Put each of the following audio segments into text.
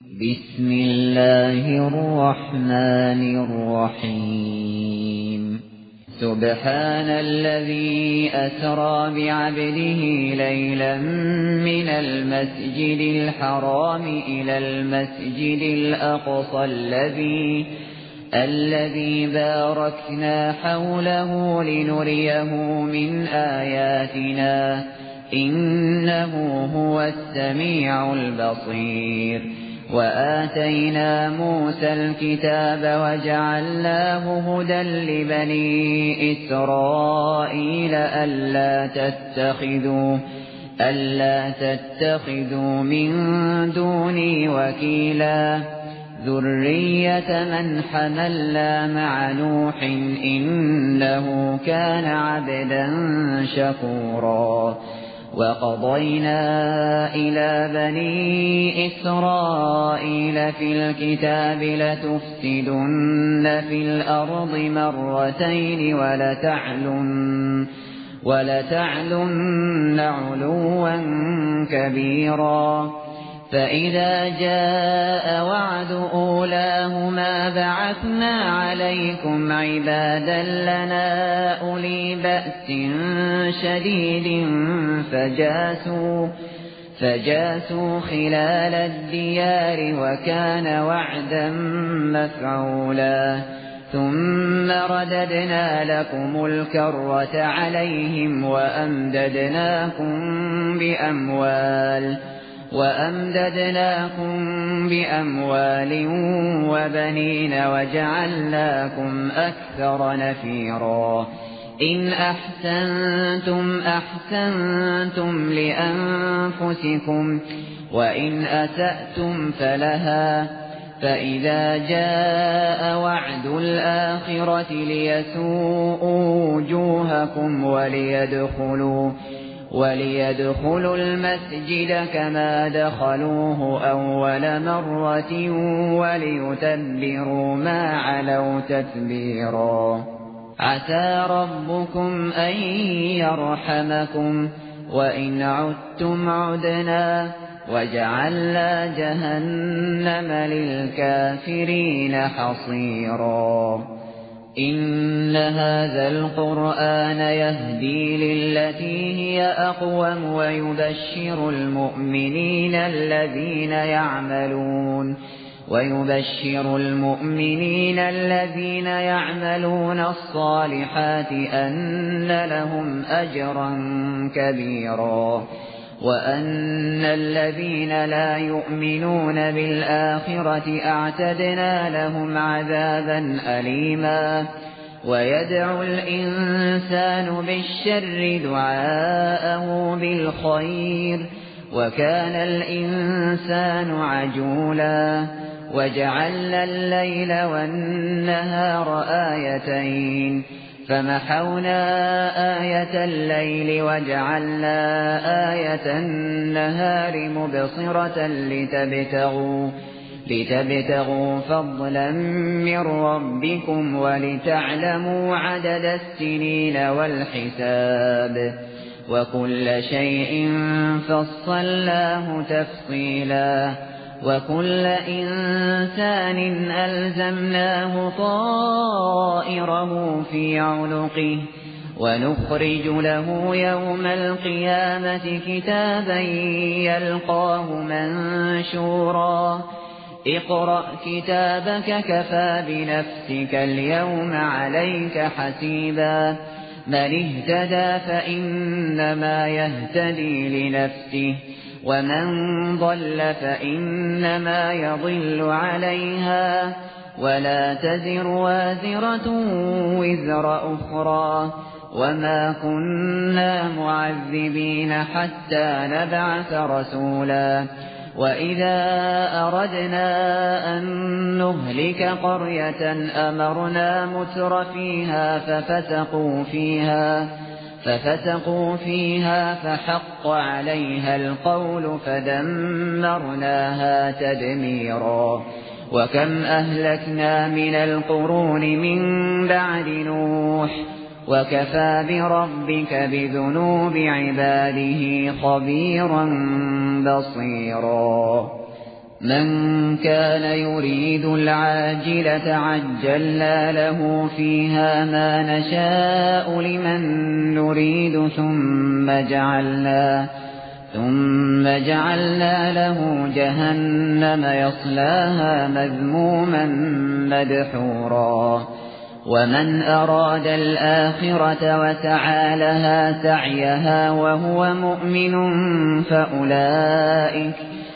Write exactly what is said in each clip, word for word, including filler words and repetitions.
بسم الله الرحمن الرحيم سبحان الذي أسرى بعبده ليلا من المسجد الحرام إلى المسجد الأقصى الذي الذي باركنا حوله لنريه من آياتنا إنه هو السميع البصير وآتينا موسى الكتاب وجعلناه هدى لبني إسرائيل ألا تتخذوا ألا تتخذوا من دوني وكيلا ذرية من حملنا مع نوح إنه كان عبدا شكورا وقضينا إلى بني إسرائيل في الكتاب لتفسدن في الأرض مرتين ولتعلن ولتعلن علوا كبيرا فإذا جاء وعد أولاهما بعثنا عليكم عبادا لنا أولي بأس شديد فجاسوا فجاسوا خلال الديار وكان وعدا مفعولا ثم رددنا لكم الكرة عليهم وأمددناكم بأموال وأمددناكم بأموال وبنين وجعلناكم أكثر نفيرا إن أحسنتم أحسنتم لأنفسكم وإن أسأتم فلها فإذا جاء وعد الآخرة ليسوءوا وجوهكم وليدخلوا وليدخلوا المسجد كما دخلوه أول مرة وليتبروا ما علوا تتبيرا عسى ربكم أن يرحمكم وإن عدتم عدنا وجعلنا جهنم للكافرين حصيرا إن هذا القرآن يهدي للتي هي أقوم ويبشر المؤمنين الذين يعملون ويبشر المؤمنين الذين يعملون الصالحات أن لهم أجرا كبيرا وأن الذين لا يؤمنون بالآخرة أعتدنا لهم عذابا أليما ويدعو الإنسان بالشر دعاءه بالخير وكان الإنسان عجولا وجعلنا الليل والنهار آيتين فمحونا آية الليل وجعلنا آية النهار مبصرة لتبتغوا لتبتغوا فضلا من ربكم ولتعلموا عدد السنين والحساب وكل شيء فصلناه تفصيلا وكل إنسان ألزمناه طائره في عنقه ونخرج له يوم القيامة كتابا يلقاه منشورا اقرأ كتابك كفى بنفسك اليوم عليك حسيبا من اهتدى فإنما يهتدي لنفسه ومن ضل فإنما يضل عليها ولا تزر وازرة وزر أخرى وما كنا معذبين حتى نبعث رسولا وإذا أردنا أن نهلك قرية أمرنا متر فيها ففسقوا فيها ففسقوا فيها فحق عليها القول فدمرناها تدميرا وكم أهلكنا من القرون من بعد نوح وكفى بربك بذنوب عباده خبيرا بصيرا. من كان يريد العاجلة عجلنا له فيها ما نشاء لمن نريد ثم جعلنا ثم جعلنا له جهنم يصلاها مذموما مدحورا ومن أراد الآخرة وسعى لها سعيها وهو مؤمن فأولئك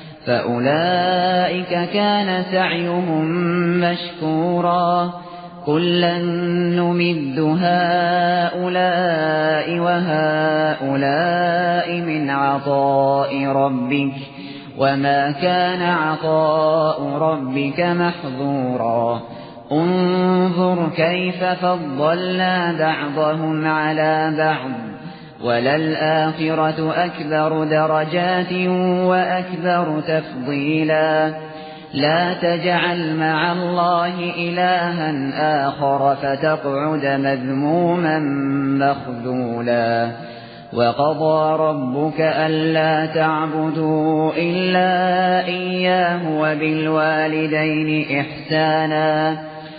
فأولئك كان سعيهم مشكورا كلا نمد هؤلاء وهؤلاء من عطاء ربك وما كان عطاء ربك محظورا انظر كيف فضلنا بعضهم على بعض وللآخرة أكبر درجات وأكبر تفضيلا لا تجعل مع الله إلها آخر فتقعد مذموما مخذولا وقضى ربك ألا تعبدوا إلا إياه وبالوالدين إحسانا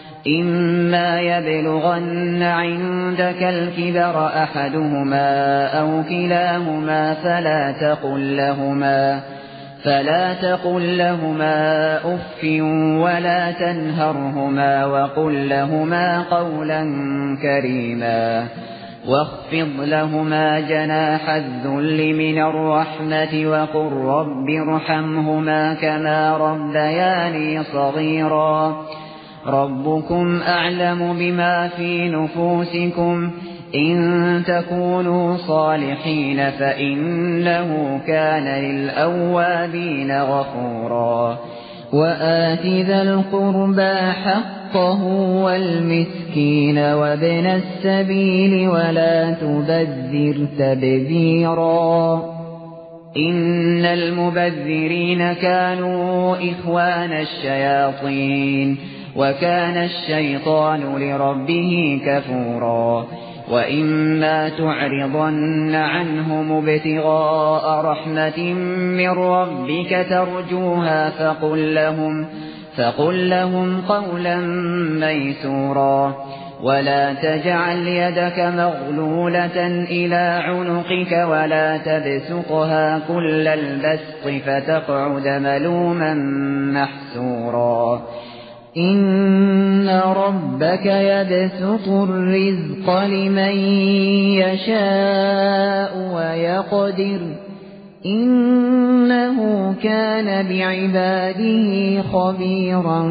إما يبلغن عندك الكبر أحدهما أو كلاهما فلا تقل لهما فلا تقل لهما أف ولا تنهرهما وقل لهما قولا كريما واخفض لهما جناح الذل من الرحمة وقل رب ارحمهما كما ربياني صغيرا ربكم أعلم بما في نفوسكم إن تكونوا صالحين فإنه كان للأوابين غفورا وآت ذا القربى حقه والمسكين وابن السبيل ولا تبذر تبذيرا إن المبذرين كانوا إخوان الشياطين وكان الشيطان لربه كفورا وإما تعرضن عنهم ابتغاء رحمة من ربك ترجوها فقل لهم فقل لهم قولا ميسورا ولا تجعل يدك مغلولة إلى عنقك ولا تبسطها كل البسط فتقعد ملوما محسورا إن ربك يبسط الرزق لمن يشاء ويقدر إنه كان بعباده خبيرا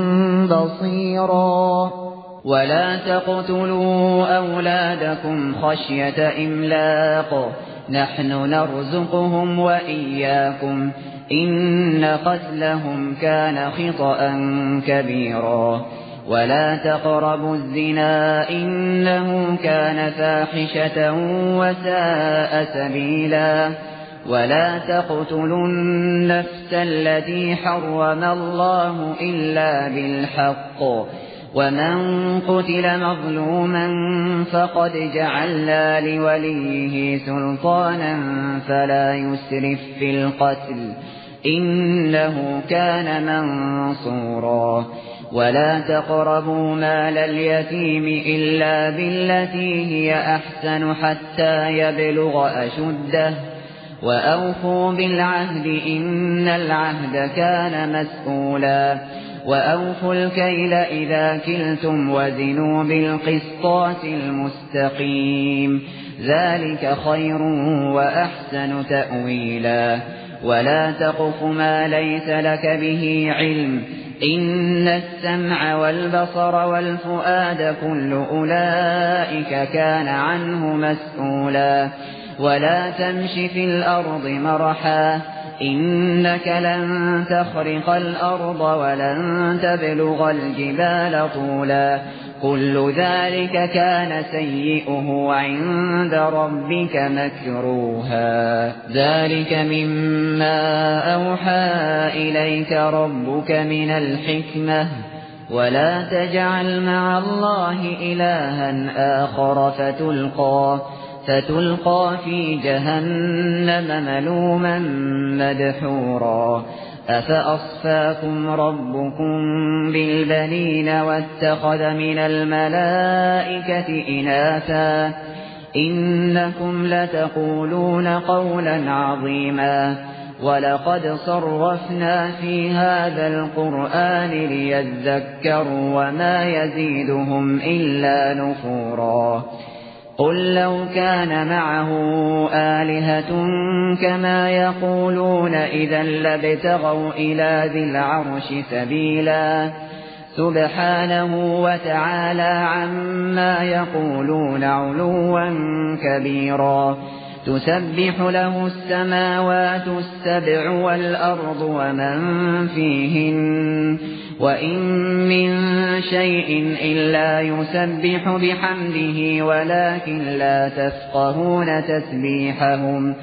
بصيرا ولا تقتلوا أولادكم خشية إملاق نحن نرزقهم وإياكم إن قتلهم كان خطأ كبيرا ولا تقربوا الزنا إنه كان فاحشة وساء سبيلا ولا تقتلوا النفس التي حرم الله إلا بالحق ومن قتل مظلوما فقد جعلنا لوليه سلطانا فلا يسرف في القتل إنه كان منصورا ولا تقربوا مال اليتيم إلا بالتي هي أحسن حتى يبلغ أشده وأوفوا بالعهد إن العهد كان مسؤولا وأوفوا الكيل إذا كلتم وزنوا بالقسطاس المستقيم ذلك خير وأحسن تأويلا ولا تقف ما ليس لك به علم إن السمع والبصر والفؤاد كل أولئك كان عنه مسؤولا ولا تمش في الأرض مرحا إنك لن تخرق الأرض ولن تبلغ الجبال طولا كل ذلك كان سيئه عند ربك مكروها ذلك مما أوحى إليك ربك من الحكمة ولا تجعل مع الله إلها آخر فتلقى فتلقى في جهنم ملوما مدحورا أفأصفاكم ربكم بالبنين واتخذ من الملائكة إناثا إنكم لتقولون قولا عظيما ولقد صرفنا في هذا القرآن ليذكروا وما يزيدهم إلا نفورا قل لو كان معه آلهة كما يقولون إذا لابتغوا إلى ذي العرش سبيلا سبحانه وتعالى عما يقولون علوا كبيرا تسبح له السماوات السبع والأرض ومن فيهن وإن من شيء إلا يسبح بحمده ولكن لا تفقهون تسبيحهم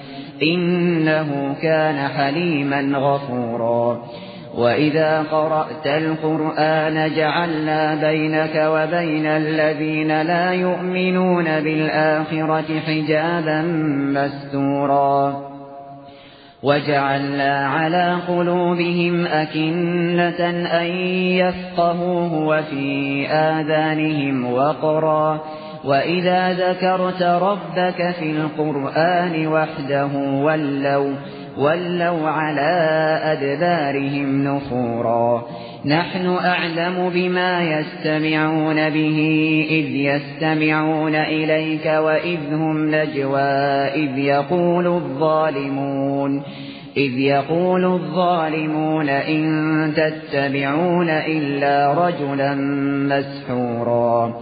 إنه كان حليما غفورا وإذا قرأت القرآن جعلنا بينك وبين الذين لا يؤمنون بالآخرة حجابا مستورا وجعلنا على قلوبهم أكنة أن يفقهوه وفي آذانهم وقرا وإذا ذكرت ربك في القرآن وحده ولوا ولوا على أدبارهم نفورا نحن أعلم بما يستمعون به إذ يستمعون إليك وإذ هم نجوى إذ يقول الظالمون إذ يقول الظالمون إن تتبعون إلا رجلا مسحورا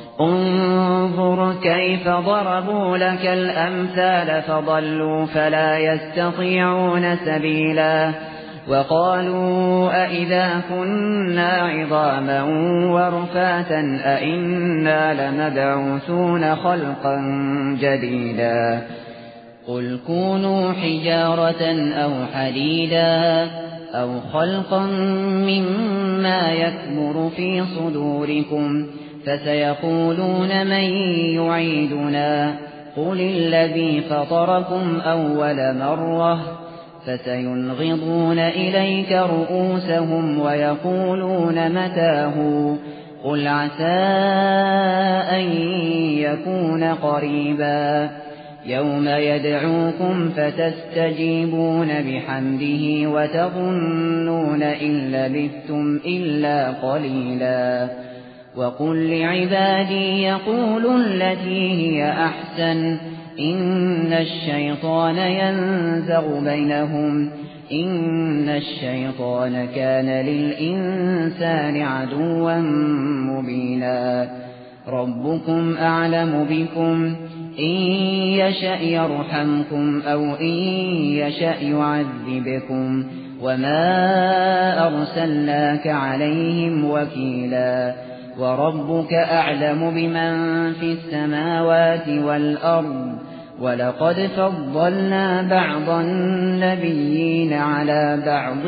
انظر كيف ضربوا لك الأمثال فضلوا فلا يستطيعون سبيلا وقالوا أئذا كنا عظاما ورفاتا أئنا لمبعوثون خلقا جديدا قل كونوا حجارة أو حديدا أو خلقا مما يكبر في صدوركم فسيقولون من يعيدنا قل الذي فطركم أول مرة فسينغضون إليك رؤوسهم ويقولون متاه قل عسى أن يكون قريبا يوم يدعوكم فتستجيبون بحمده وتظنون إن لبثتم إلا قليلا وقل لعبادي يقولوا التي هي أحسن إن الشيطان ينزغ بينهم إن الشيطان كان للإنسان عدوا مبينا ربكم أعلم بكم إن يشأ يرحمكم أو إن يشأ يعذبكم وما أرسلناك عليهم وكيلا وربك أعلم بمن في السماوات والأرض ولقد فضلنا بعض النبيين على بعض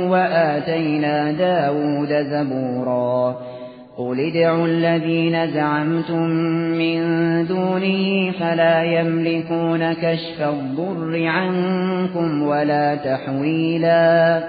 وآتينا داود زبورا قل ادعوا الذين زعمتم من دونه فلا يملكون كشف الضر عنكم ولا تحويلا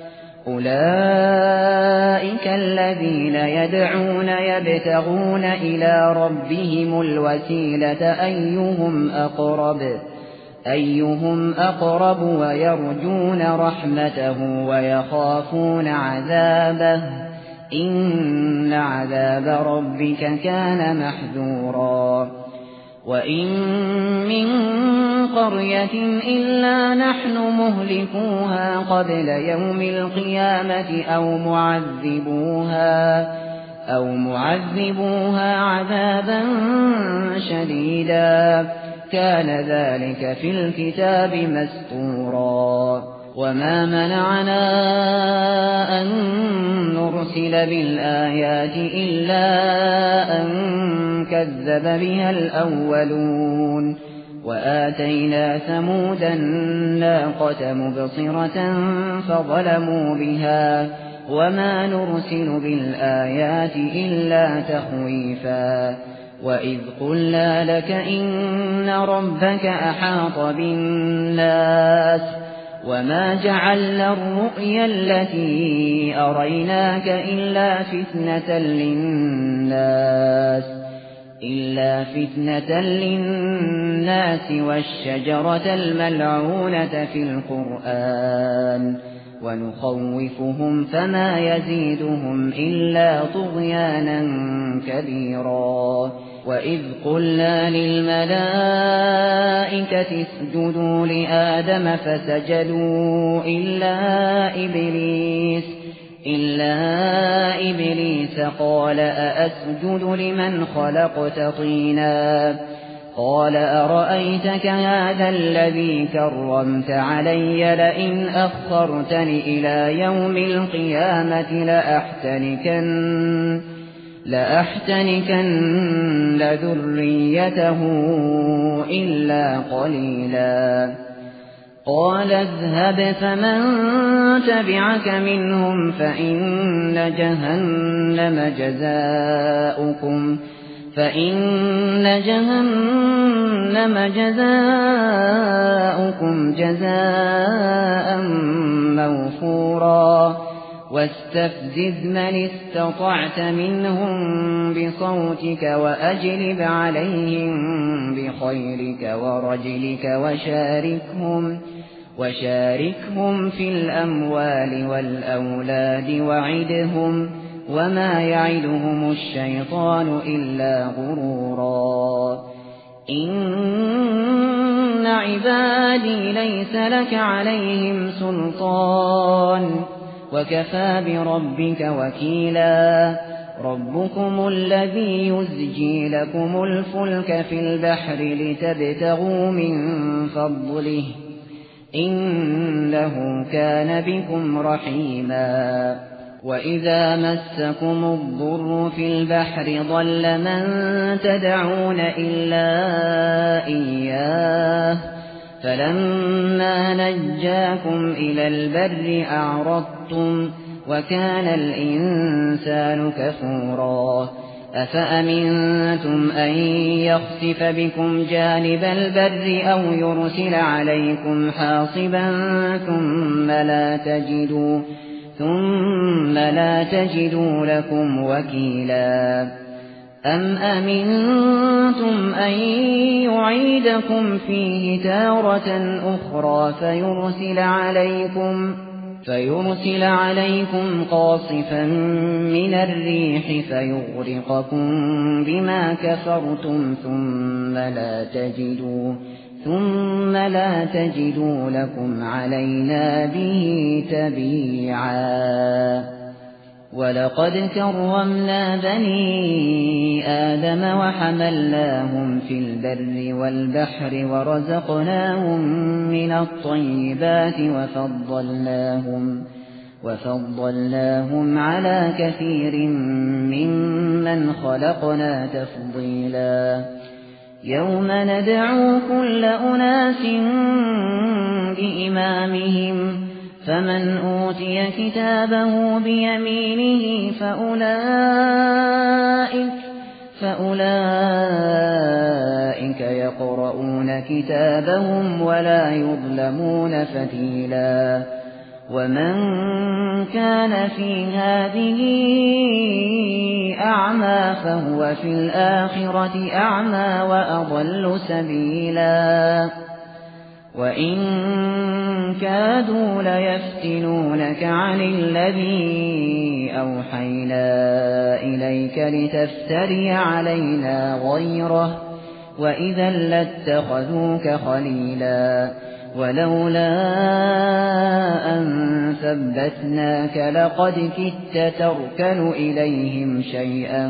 أولئك الذين يدعون يبتغون إلى ربهم الوسيلة أيهم أقرب أيهم أقرب ويرجون رحمته ويخافون عذابه إن عذاب ربك كان محذورا وإن من قرية إلا نحن مهلكوها قبل يوم القيامة أو معذبوها أو معذبوها عذابا شديدا كان ذلك في الكتاب مسطورا وما منعنا أن نرسل بالآيات إلا أن كذب بها الأولون وآتينا ثمود الناقة مبصرة فظلموا بها وما نرسل بالآيات إلا تخويفا وإذ قلنا لك إن ربك أحاط بالناس وما جعلنا الرؤيا التي أريناك إلا فتنة للناس إلا فتنة للناس والشجرة الملعونة في القرآن ونخوفهم فما يزيدهم إلا طغيانا كبيرا وإذ قلنا للملائكة اسجدوا لآدم فسجدوا إلا إبليس إلا إبليس قال أأسجد لمن خلقت طينا قال أرأيتك هذا الذي كرمت علي لئن أخرتني إلى يوم القيامة لأحتنكن لأحتنكن ذريته إلا قليلا قال اذهب فمن تبعك منهم فإن جهنم جزاؤكم فإن جهنم جزاؤكم جزاء موفورا واستفزز من استطعت منهم بصوتك وأجلب عليهم بخيرك ورجلك وشاركهم وشاركهم في الأموال والأولاد وعدهم وما يعدهم الشيطان إلا غرورا إن عبادي ليس لك عليهم سلطان وكفى بربك وكيلا ربكم الذي يزجي لكم الفلك في البحر لتبتغوا من فضله إنه كان بكم رحيما وإذا مسكم الضر في البحر ضل من تدعون إلا إياه فلما نجاكم إلى البر أعرضتم وكان الإنسان كفورا أفأمنتم أن يخسف بكم جانب البر أو يرسل عليكم حاصبا ثم لا تجدوا ثم لا تجدوا لكم وكيلا أم أمنتم أن يعيدكم فيه تارة أخرى فيرسل عليكم فيرسل عليكم قاصفا من الريح فيغرقكم بما كفرتم ثم لا تجدوا ثم لا تجدوا لكم علينا به تبيعا ولقد كرمنا بني آدم وحملناهم في البر والبحر ورزقناهم من الطيبات وفضلناهم وفضلناهم على كثير ممن خلقنا تفضيلا يوم ندعو كل أناس بإمامهم فمن أوتي كتابه بيمينه فأولئك فأولئك يقرؤون كتابهم ولا يظلمون فتيلا ومن كان في هذه أعمى فهو في الآخرة أعمى وأضل سبيلا وإن كادوا ليفتنونك عن الذي أوحينا إليك لتفتري علينا غيره وإذا لاتخذوك خليلا ولولا أن ثبتناك لقد كدت تركن إليهم شيئا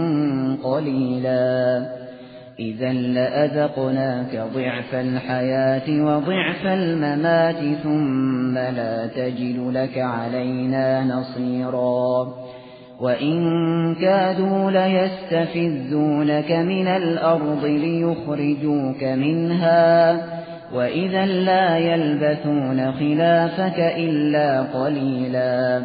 قليلا إذا لأذقناك ضعف الحياة وضعف الممات ثم لا تجد لك علينا نصيرا وإن كادوا ليستفزونك من الأرض ليخرجوك منها وإذا لا يلبثون خلافك إلا قليلا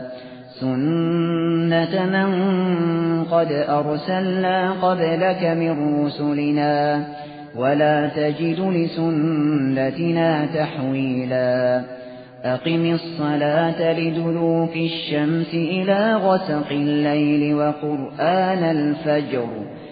سنة من قد أرسلنا قبلك من رسلنا ولا تجد لسنتنا تحويلا أقم الصلاة لدلوك الشمس إلى غسق الليل وقرآن الفجر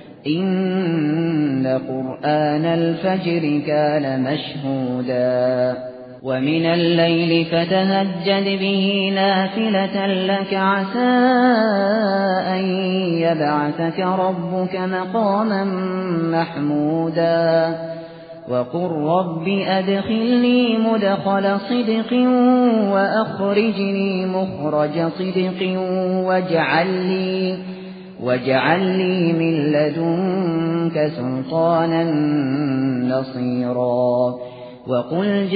إن قرآن الفجر كان مشهودا ومن الليل فتهجد به نافلة لك عسى أن يبعثك ربك مقاما محمودا وقل رب أدخلني مدخل صدق وأخرجني مخرج صدق واجعل لي واجعل لي من لدنك سلطانا نصيرا وقل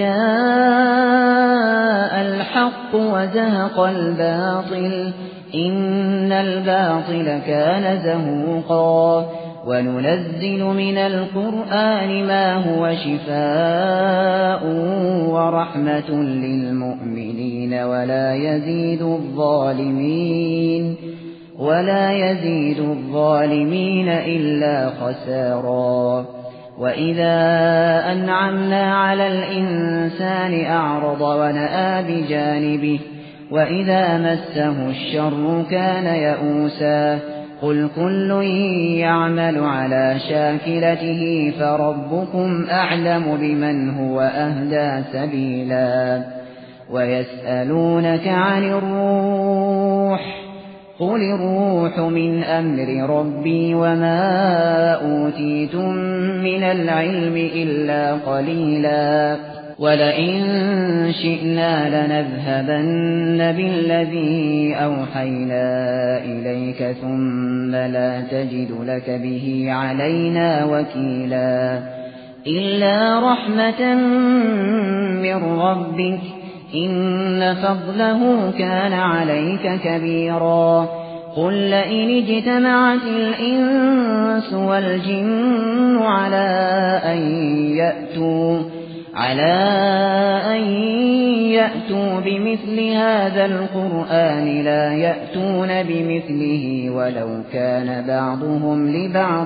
جاء الحق وزهق الباطل إن الباطل كان زهوقا وننزل من القرآن ما هو شفاء ورحمة للمؤمنين ولا يزيد الظالمين ولا يزيد الظالمين إلا خسارا وإذا أنعمنا على الإنسان أعرض ونأى بجانبه وإذا مسه الشر كان يئوسا قل كل يعمل على شاكلته فربكم أعلم بمن هو أهدى سبيلا ويسألونك عن الروح قل الروح من أمر ربي وما أوتيتم من العلم إلا قليلا ولئن شئنا لنذهبن بالذي أوحينا إليك ثم لا تجد لك به علينا وكيلا إلا رحمة من ربك إن فضله كان عليك كبيرا قل لئن اجتمعت الإنس والجن على أن يأتوا على أن يأتوا بمثل هذا القرآن لا يأتون بمثله ولو كان بعضهم لبعض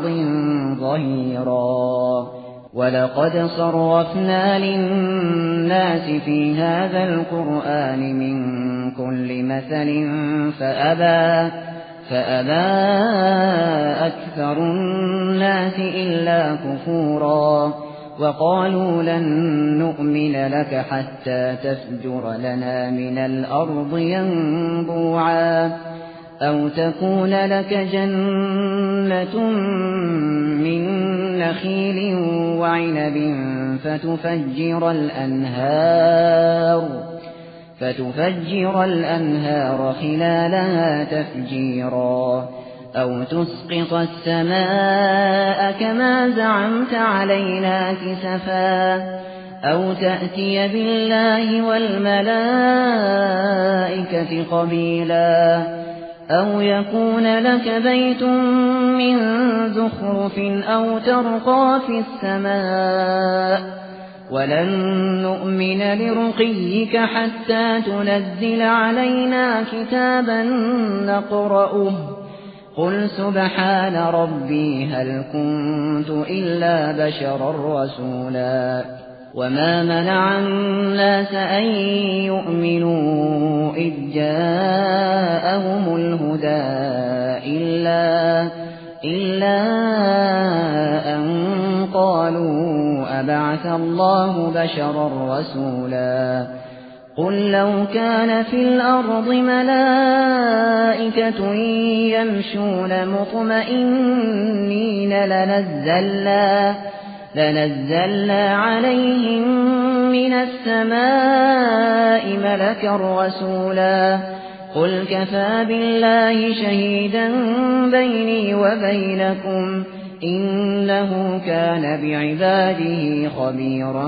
ظهيرا ولقد صرفنا للناس في هذا القرآن من كل مثل فأبى فأبى أكثر الناس إلا كفورا وقالوا لن نؤمن لك حتى تفجر لنا من الأرض ينبوعا أو تكون لك جنة من نخيل وعنب فتفجر الأنهار فتفجر الأنهار خلالها تفجيرا أو تسقط السماء كما زعمت علينا كسفا أو تأتي بالله والملائكة قبيلا أو يكون لك بيت من زخرف أو ترقى في السماء ولن نؤمن لرقيك حتى تنزل علينا كتابا نقرأه قل سبحان ربي هل كنت إلا بشرا رسولا وما منع الناس أن يؤمنوا إذ جاءهم الهدى إلا, إلا أن قالوا أبعث الله بشرا رسولا قل لو كان في الأرض ملائكة يمشون مطمئنين لنزلنا لنزلنا عليهم من السماء ملكا رسولا قل كفى بالله شهيدا بيني وبينكم إنه كان بعباده خبيرا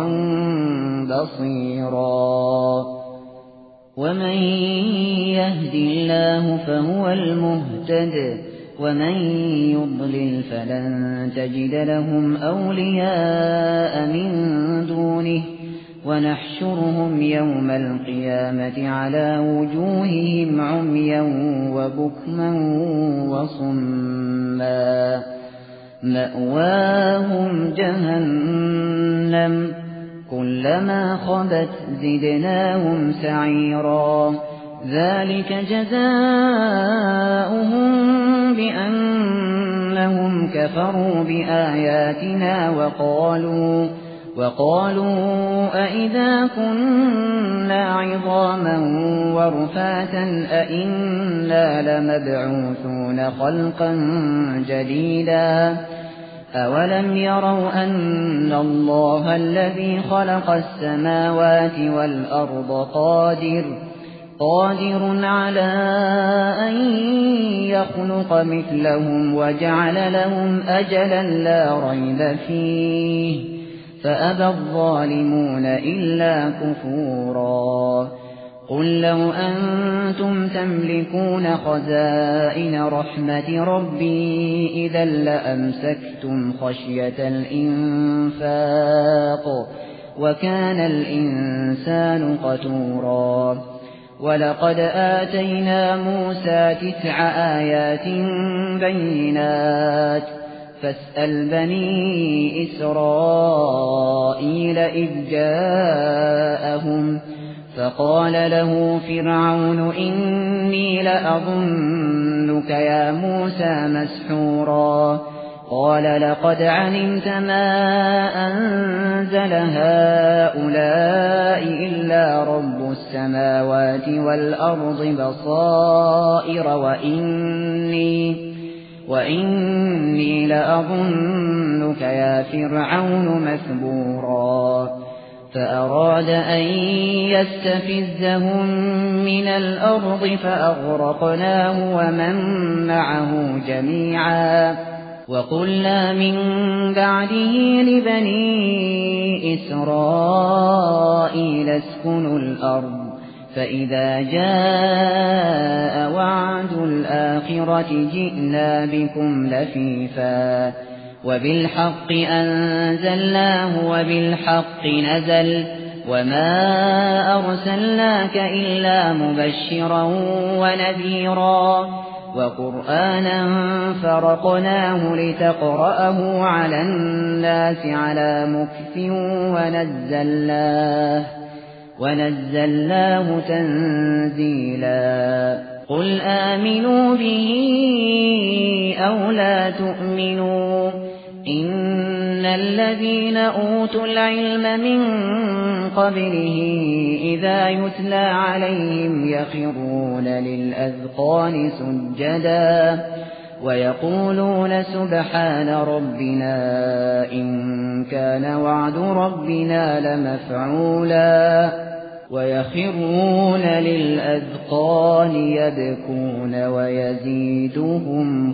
بصيرا ومن يهد الله فهو المهتد ومن يضلل فلن تجد لهم أولياء من دونه ونحشرهم يوم القيامة على وجوههم عميا وبكما وصما مأواهم جهنم كلما خبت زدناهم سعيرا ذلك جزاؤهم بأنهم كفروا بآياتنا وقالوا وقالوا أئذا كنا عظاما ورفاتا أئنا لمبعوثون خلقا جديدا أولم يروا أن الله الذي خلق السماوات والأرض قادر قادر على أن يخلق مثلهم وجعل لهم أجلا لا ريب فيه فأبى الظالمون إلا كفورا قل لو أنتم تملكون خزائن رحمة ربي إذا لأمسكتم خشية الإنفاق وكان الإنسان قتورا ولقد آتينا موسى تسع آيات بينات فاسأل بني إسرائيل إذ جاءهم فقال له فرعون إني لأظنك يا موسى مسحورا قال لقد علمت ما أنزل هؤلاء إلا رب السماوات والأرض بصائر وإني وإني لأظنك يا فرعون مثبورا فأراد أن يستفزهم من الأرض فأغرقناه ومن معه جميعا وقلنا من بعده لبني إسرائيل اسكنوا الأرض فإذا جاء وعد الآخرة جئنا بكم لفيفا وبالحق أنزلناه وبالحق نزل وما أرسلناك إلا مبشرا ونذيرا وقرآنا فرقناه لتقرأه على الناس على مكث ونزلناه ونزلناه تنزيلا قل آمنوا به أو لا تؤمنوا إن الذين أوتوا العلم من قبله إذا يتلى عليهم يخرون للأذقان سجدا ويقولون سبحان ربنا إن كان وعد ربنا لمفعولا ويخرون للأذقان يبكون ويزيدهم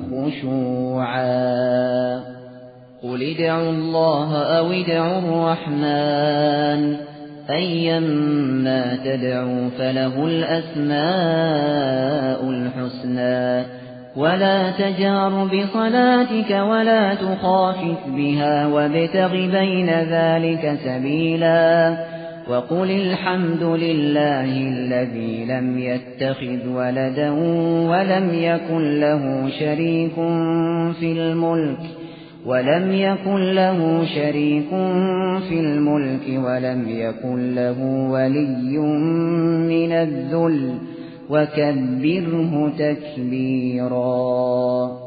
خشوعا قل ادعوا الله أو ادعوا الرحمن أيما تدعوا فله الأسماء الحسنى ولا تجهر بصلاتك ولا تخافت بها وابتغ بين ذلك سبيلا وقل الحمد لله الذي لم يتخذ ولدا ولم يكن له شريك في الملك ولم يكن له شريك في الملك ولم يكن له ولي من الذل وكبره تكبيرا.